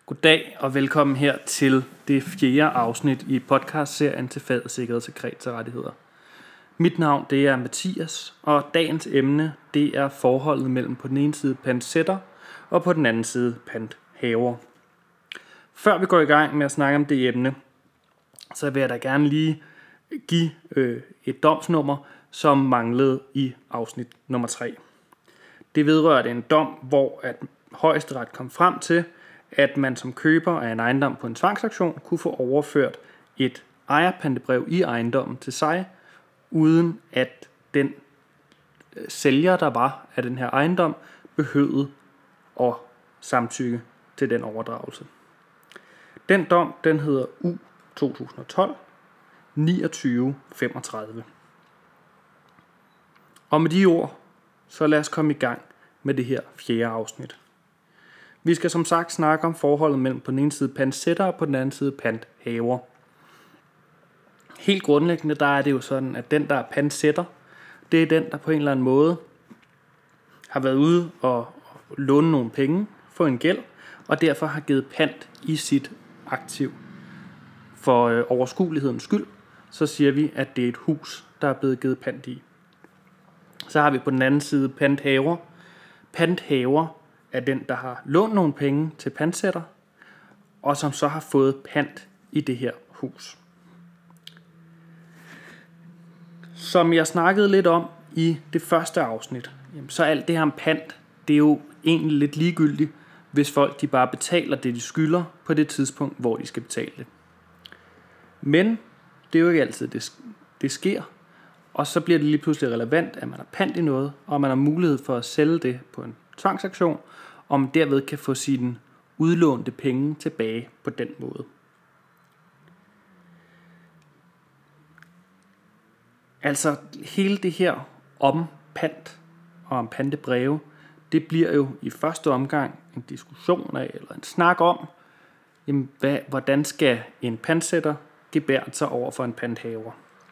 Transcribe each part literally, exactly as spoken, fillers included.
Goddag og velkommen her til det fjerde afsnit i podcastserien til faget sikkerhed, sekret og rettigheder. Mit navn det er Mathias, og dagens emne det er forholdet mellem på den ene side pantsætter og på den anden side panthaver. Før vi går i gang med at snakke om det emne, så vil jeg da gerne lige give øh, et domsnummer, som manglede i afsnit nummer tre. Det vedrørte en dom, hvor at Højesteret kom frem til, at man som køber af en ejendom på en tvangsauktion kunne få overført et ejerpantebrev i ejendommen til sig, uden at den sælger, der var af den her ejendom, behøvede at samtykke til den overdragelse. Den dom, den hedder U to tusind og tolv niogtyve femogtredive. Og med de ord, så lad os komme i gang med det her fjerde afsnit. Vi skal som sagt snakke om forholdet mellem på den ene side pantsætter og på den anden side panthaver. Helt grundlæggende, der er det jo sådan, at den, der er pantsætter, det er den, der på en eller anden måde har været ude og låne nogle penge, få en gæld, og derfor har givet pant i sit aktiv. For øh, overskuelighedens skyld, så siger vi, at det er et hus, der er blevet givet pant i. Så har vi på den anden side panthaver. Panthaver er den, der har lånt nogle penge til pantsætter, og som så har fået pant i det her hus. Som jeg snakkede lidt om i det første afsnit, så alt det her om pant, det er jo egentlig lidt ligegyldigt, hvis folk de bare betaler det, de skylder på det tidspunkt, hvor de skal betale det. Men det er jo ikke altid, det, det sker, og så bliver det lige pludselig relevant, at man har pant i noget, og man har mulighed for at sælge det på en tvangsauktion, og man derved kan få sine udlånte penge tilbage på den måde. Altså hele det her om pant og om pantebreve, det bliver jo i første omgang en diskussion af, eller en snak om, jamen, hvad, hvordan skal en pantsætter gebære sig over for en panthaver.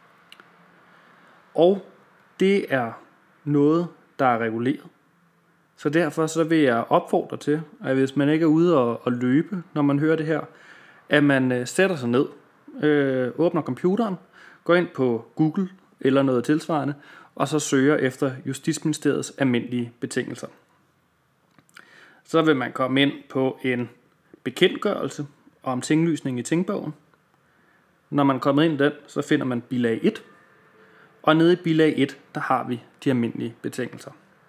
Og det er noget, der er reguleret. Så derfor så vil jeg opfordre til, at hvis man ikke er ude og, og løbe, når man hører det her, at man øh, sætter sig ned, øh, åbner computeren, går ind på Google eller noget tilsvarende, og så søger efter Justitsministeriets almindelige betingelser. Så vil man komme ind på en bekendtgørelse om tinglysning i tingbogen. Når man er kommet ind i den, så finder man bilag et, og nede i bilag et, der har vi de almindelige betingelser.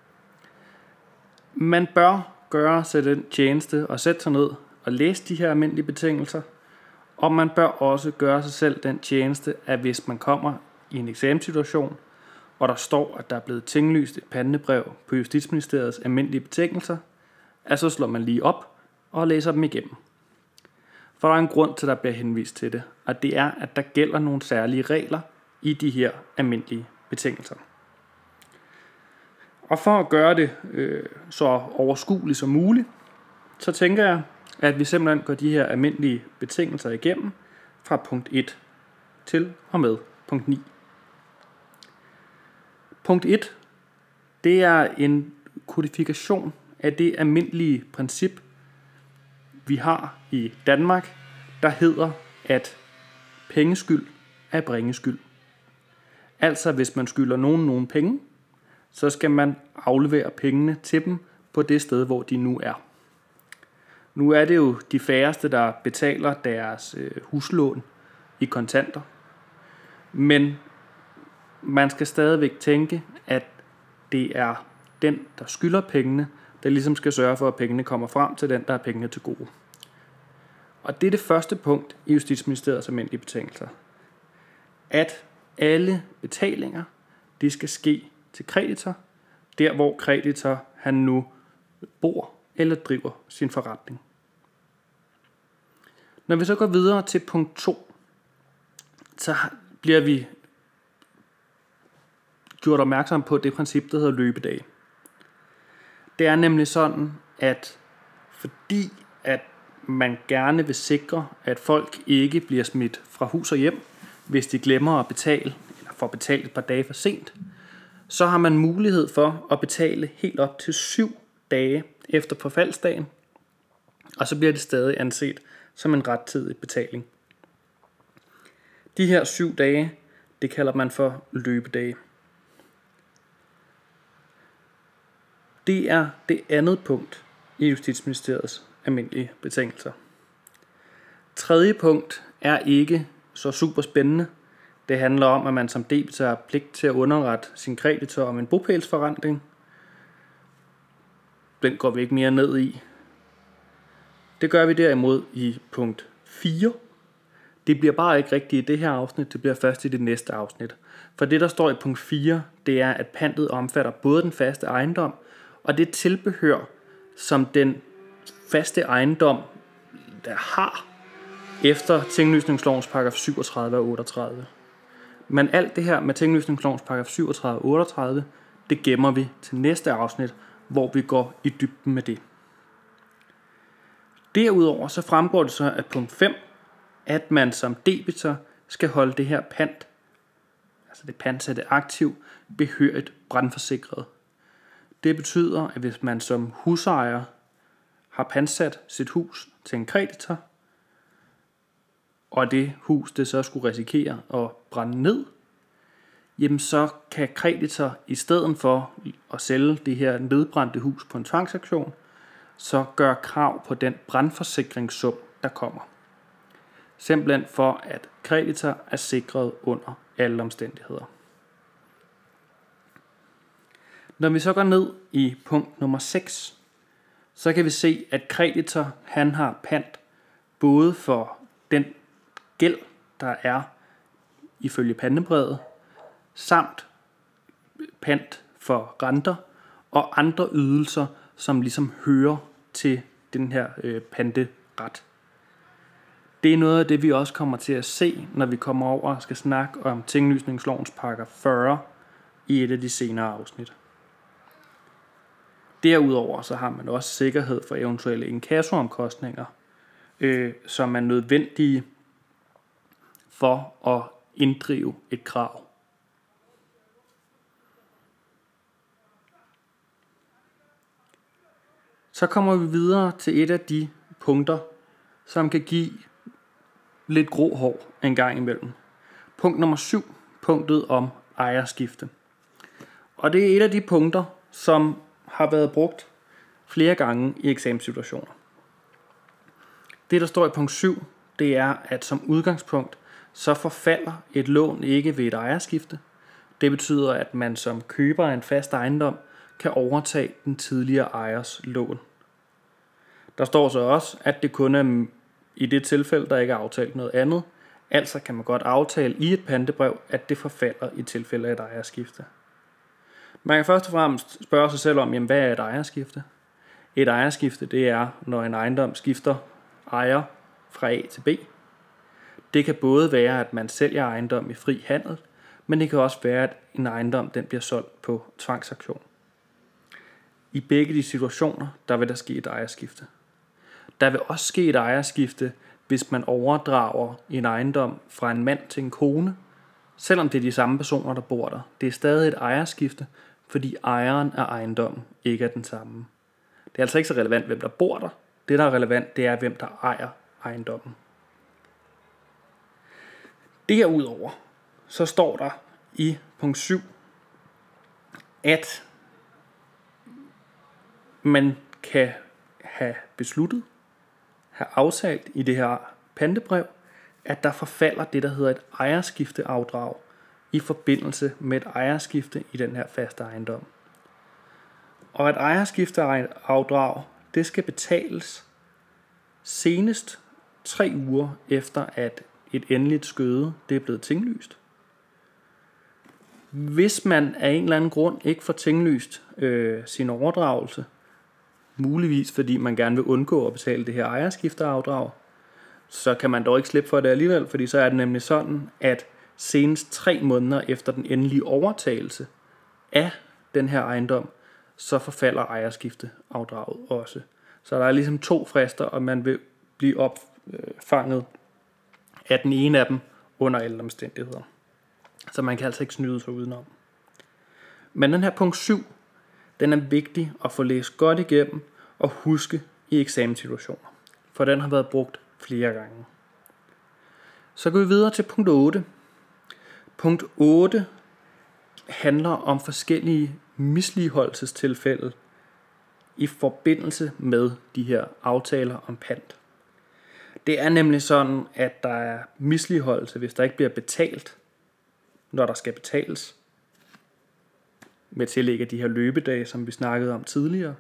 Man bør gøre sig den tjeneste og sætte sig ned og læse de her almindelige betingelser, og man bør også gøre sig selv den tjeneste, at hvis man kommer i en eksamenssituation, og der står, at der er blevet tinglyst et pantebrev på Justitsministeriets almindelige betingelser, at så slår man lige op og læser dem igennem. For der er en grund til, at der bliver henvist til det, og det er, at der gælder nogle særlige regler i de her almindelige betingelser. Og for at gøre det øh, så overskueligt som muligt, så tænker jeg, at vi simpelthen går de her almindelige betingelser igennem fra punkt et til og med punkt ni. Punkt et, det er en kodifikation af det almindelige princip, vi har i Danmark, der hedder, at pengeskyld er bringeskyld. Altså hvis man skylder nogen nogen penge, så skal man aflevere pengene til dem på det sted, hvor de nu er. Nu er det jo de færreste, der betaler deres øh, huslån i kontanter. Men man skal stadigvæk tænke, at det er den, der skylder pengene, der ligesom skal sørge for, at pengene kommer frem til den, der har pengene til gode. Og det er det første punkt i Justitsministeriets almindelige betingelser. At alle betalinger, de skal ske til kreditor, der hvor kreditor han nu bor eller driver sin forretning. Når vi så går videre til punkt to, så bliver vi gjort opmærksom på det princip, der hedder løbedage. Det er nemlig sådan, at fordi at man gerne vil sikre, at folk ikke bliver smidt fra hus og hjem, hvis de glemmer at betale, eller får betalt et par dage for sent, så har man mulighed for at betale helt op til syv dage efter forfaldsdagen, og så bliver det stadig anset som en rettidig betaling. De her syv dage, det kalder man for løbedage. Det er det andet punkt i Justitsministeriets almindelige betingelser. Tredje punkt er ikke så super spændende. Det handler om, at man som debitor har pligt til at underrette sin kreditor om en bopælsforrentning. Den går vi ikke mere ned i. Det gør vi derimod i punkt fire. Det bliver bare ikke rigtigt i det her afsnit, det bliver først i det næste afsnit. For det, der står i punkt fire, det er, at pantet omfatter både den faste ejendom og det tilbehør, som den faste ejendom, der har efter tinglysningslovens paragraf syvogtredive og otteogtredive. Men alt det her med tinglysningslovens paragraf syvogtredive og otteogtredive, det gemmer vi til næste afsnit, hvor vi går i dybden med det. Derudover så fremgår det så af punkt fem, at man som debitor skal holde det her pant, altså det pantsatte aktiv, behørigt brandforsikret. Det betyder, at hvis man som husejer har pantsat sit hus til en kreditor, og det hus det så skulle risikere at brænde ned, jamen så kan kreditor i stedet for at sælge det her nedbrændte hus på en tvangsauktion, så gør krav på den brandforsikringssum, der kommer. Simpelthen for, at kreditor er sikret under alle omstændigheder. Når vi så går ned i punkt nummer seks, så kan vi se, at kreditor han har pant både for den gæld, der er ifølge pantebrevet, samt pant for renter og andre ydelser, som ligesom hører til den her øh, panteret. Det er noget af det, vi også kommer til at se, når vi kommer over og skal snakke om tinglysningslovens paragraf fyrre i et af de senere afsnit. Derudover så har man også sikkerhed for eventuelle inkassoomkostninger, øh, som er nødvendige for at inddrive et krav. Så kommer vi videre til et af de punkter, som kan give lidt grå hår en gang imellem. Punkt nummer syv, punktet om ejerskifte. Og det er et af de punkter, som har været brugt flere gange i eksamenssituationer. Det, der står i punkt syv, det er, at som udgangspunkt, så forfalder et lån ikke ved et ejerskifte. Det betyder, at man som køber af en fast ejendom kan overtage den tidligere ejers lån. Der står så også, at det kun er i det tilfælde, der ikke er aftalt noget andet. Altså kan man godt aftale i et pantebrev, at det forfalder i tilfælde af et ejerskifte. Man kan først og fremmest spørge sig selv om, jamen, hvad er et ejerskifte? Et ejerskifte, det er, når en ejendom skifter ejer fra A til B. Det kan både være, at man sælger ejendom i fri handel, men det kan også være, at en ejendom den bliver solgt på tvangsauktion. I begge de situationer, der vil der ske et ejerskifte. Der vil også ske et ejerskifte, hvis man overdrager en ejendom fra en mand til en kone, selvom det er de samme personer, der bor der. Det er stadig et ejerskifte, fordi ejeren af ejendommen ikke er den samme. Det er altså ikke så relevant, hvem der bor der. Det, der er relevant, det er, hvem der ejer ejendommen. Derudover, så står der i punkt syv, at man kan have besluttet, have aftalt i det her pantebrev, at der forfalder det, der hedder et ejerskifteafdrag i forbindelse med et ejerskifte i den her faste ejendom. Og et ejerskifteafdrag, det skal betales senest tre uger efter, at et endeligt skøde det er blevet tinglyst. Hvis man af en eller anden grund ikke får tinglyst øh, sin overdragelse, muligvis fordi man gerne vil undgå at betale det her ejerskifteafdrag, så kan man dog ikke slippe for det alligevel, fordi så er det nemlig sådan, at senest tre måneder efter den endelige overtagelse af den her ejendom, så forfalder ejerskifteafdraget også. Så der er ligesom to frister, og man vil blive opfanget af den ene af dem under alle omstændigheder. Så man kan altså ikke snyde sig udenom. Men den her punkt syv, den er vigtig at få læst godt igennem og huske i eksamenssituationer. for den har været brugt flere gange. Så går vi videre til punkt otte. Punkt otte handler om forskellige misligholdelsestilfælde i forbindelse med de her aftaler om pant. Det er nemlig sådan, at der er misligholdelse, hvis der ikke bliver betalt, når der skal betales, med tillæg af de her løbedage, som vi snakkede om tidligere.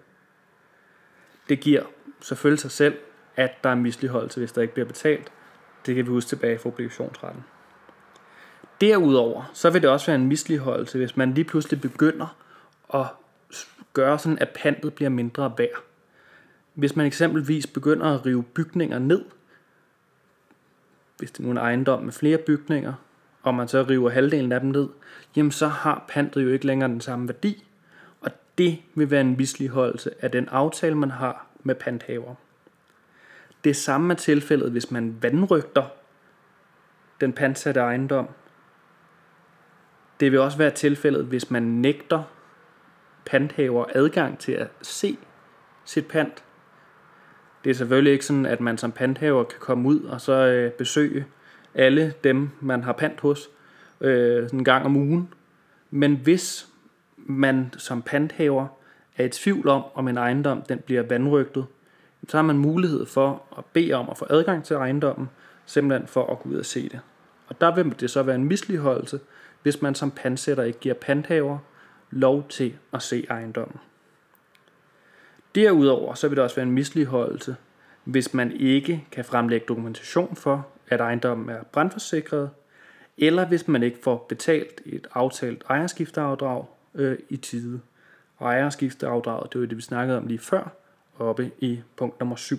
Det giver selvfølgelig sig selv, at der er misligholdelse, hvis der ikke bliver betalt. Det kan vi huske tilbage fra obligationsretten. Derudover, så vil det også være en misligholdelse, hvis man lige pludselig begynder at gøre sådan, at pantet bliver mindre værd. Hvis man eksempelvis begynder at rive bygninger ned, hvis det er en ejendom med flere bygninger, og man så river halvdelen af dem ned, jamen så har pantet jo ikke længere den samme værdi, og det vil være en misligholdelse af den aftale, man har med panthaver. Det samme er tilfældet, hvis man vanrøgter den pantsatte ejendom. Det vil også være tilfældet, hvis man nægter panthaver adgang til at se sit pant. Det er selvfølgelig ikke sådan, at man som panthaver kan komme ud og så øh, besøge alle dem, man har pant hos, øh, en gang om ugen. Men hvis man som panthaver er i tvivl om, om en ejendom den bliver vanrøgtet, så har man mulighed for at bede om at få adgang til ejendommen, simpelthen for at gå ud og se det. Og der vil det så være en misligholdelse, hvis man som pantsætter ikke giver panthaver lov til at se ejendommen. Derudover så vil det også være en misligholdelse, hvis man ikke kan fremlægge dokumentation for, at ejendommen er brandforsikret, eller hvis man ikke får betalt et aftalt ejerskifteafdrag øh, i tide. Og ejerskifteafdraget, det var det, vi snakkede om lige før, oppe i punkt nummer syv.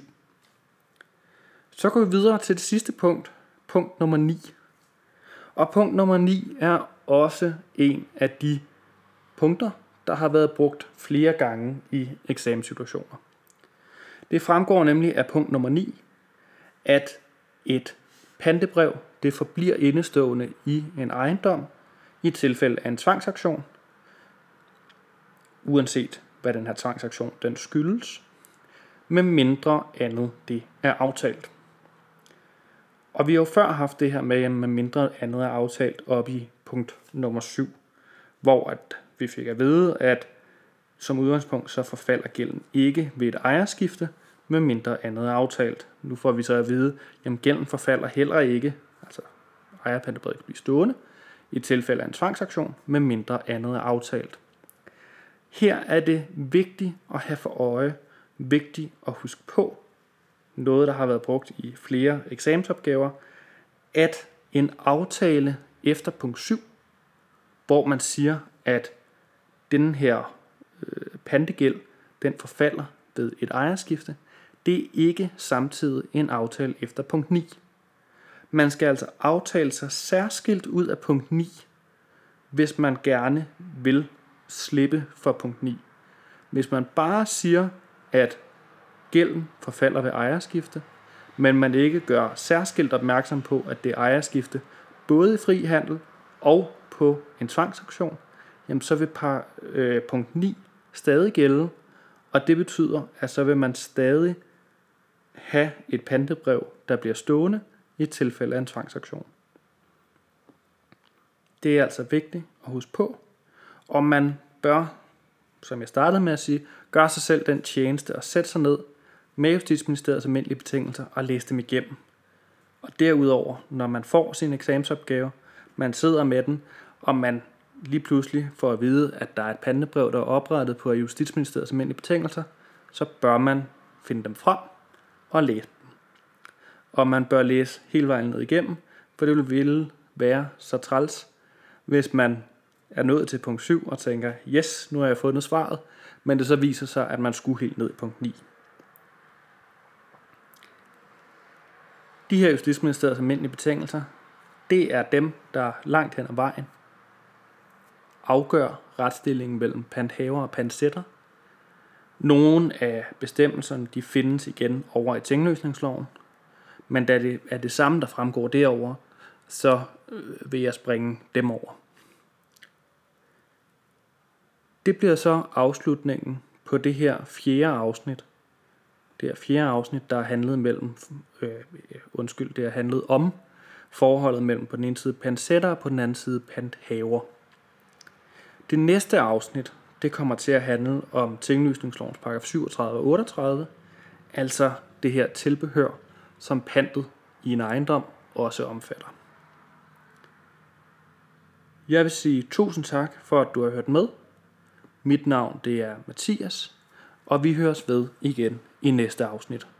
Så går vi videre til det sidste punkt, punkt nummer ni. Og punkt nummer ni er også en af de punkter, der har været brugt flere gange i eksamenssituationer. Det fremgår nemlig af punkt nummer ni, at et pantebrev det forbliver indestående i en ejendom i tilfælde af en tvangsaktion, uanset hvad den her tvangsaktion den skyldes, med mindre andet det er aftalt. Og vi har jo før haft det her med, med mindre andet er aftalt op i punkt nummer syv, hvor at vi fik at vide, at som udgangspunkt så forfalder gælden ikke ved et ejerskifte, med mindre andet er aftalt. Nu får vi så at vide, at gælden forfalder heller ikke, altså ejerpantebrevet kan blive stående, i tilfælde af en tvangsaktion, med mindre andet er aftalt. Her er det vigtigt at have for øje, vigtigt at huske på, noget der har været brugt i flere eksamensopgaver, at en aftale efter punkt syv, hvor man siger, at den her øh, pantegæld, den forfalder ved et ejerskifte, det er ikke samtidig en aftale efter punkt ni. Man skal altså aftale sig særskilt ud af punkt ni, hvis man gerne vil slippe for punkt ni. Hvis man bare siger, at gælden forfalder ved ejerskifte, men man ikke gør særskilt opmærksom på, at det er ejerskifte både i fri handel og på en tvangsaktion, jamen så vil par, øh, punkt ni stadig gælde, og det betyder, at så vil man stadig have et pantebrev, der bliver stående i tilfælde af en tvangsaktion. Det er altså vigtigt at huske på, og man bør, som jeg startede med at sige, gøre sig selv den tjeneste og sætte sig ned med Justitsministeriets almindelige betingelser og læse dem igennem. Og derudover, når man får sin eksamensopgave, man sidder med den, og man lige pludselig får at vide, at der er et pantebrev, der er oprettet på Justitsministeriets almindelige betingelser, så bør man finde dem frem og læse dem. Og man bør læse hele vejen ned igennem, for det vil være så træls, hvis man er nået til punkt syv og tænker, yes, nu har jeg fundet svaret, men det så viser sig, at man skulle helt ned i punkt ni. De her Justitsministeriets almindelige betingelser, det er dem, der langt hen ad vejen afgør retsstillingen mellem panthaver og pantsætter. Nogle af bestemmelserne de findes igen over i tingløsningsloven, men da det er det samme, der fremgår derover, så vil jeg springe dem over. Det bliver så afslutningen på det her fjerde afsnit det her fjerde afsnit, der er handlet mellem, øh, undskyld, det er handlet om forholdet mellem på den ene side pantsætter og på den anden side panthaver. Det næste afsnit, det kommer til at handle om tinglysningslovens paragraf syvogtredive og otteogtredive, altså det her tilbehør, som pantet i en ejendom også omfatter. Jeg vil sige tusind tak for, at du har hørt med. Mit navn det er Mathias, og vi høres ved igen i næste afsnit.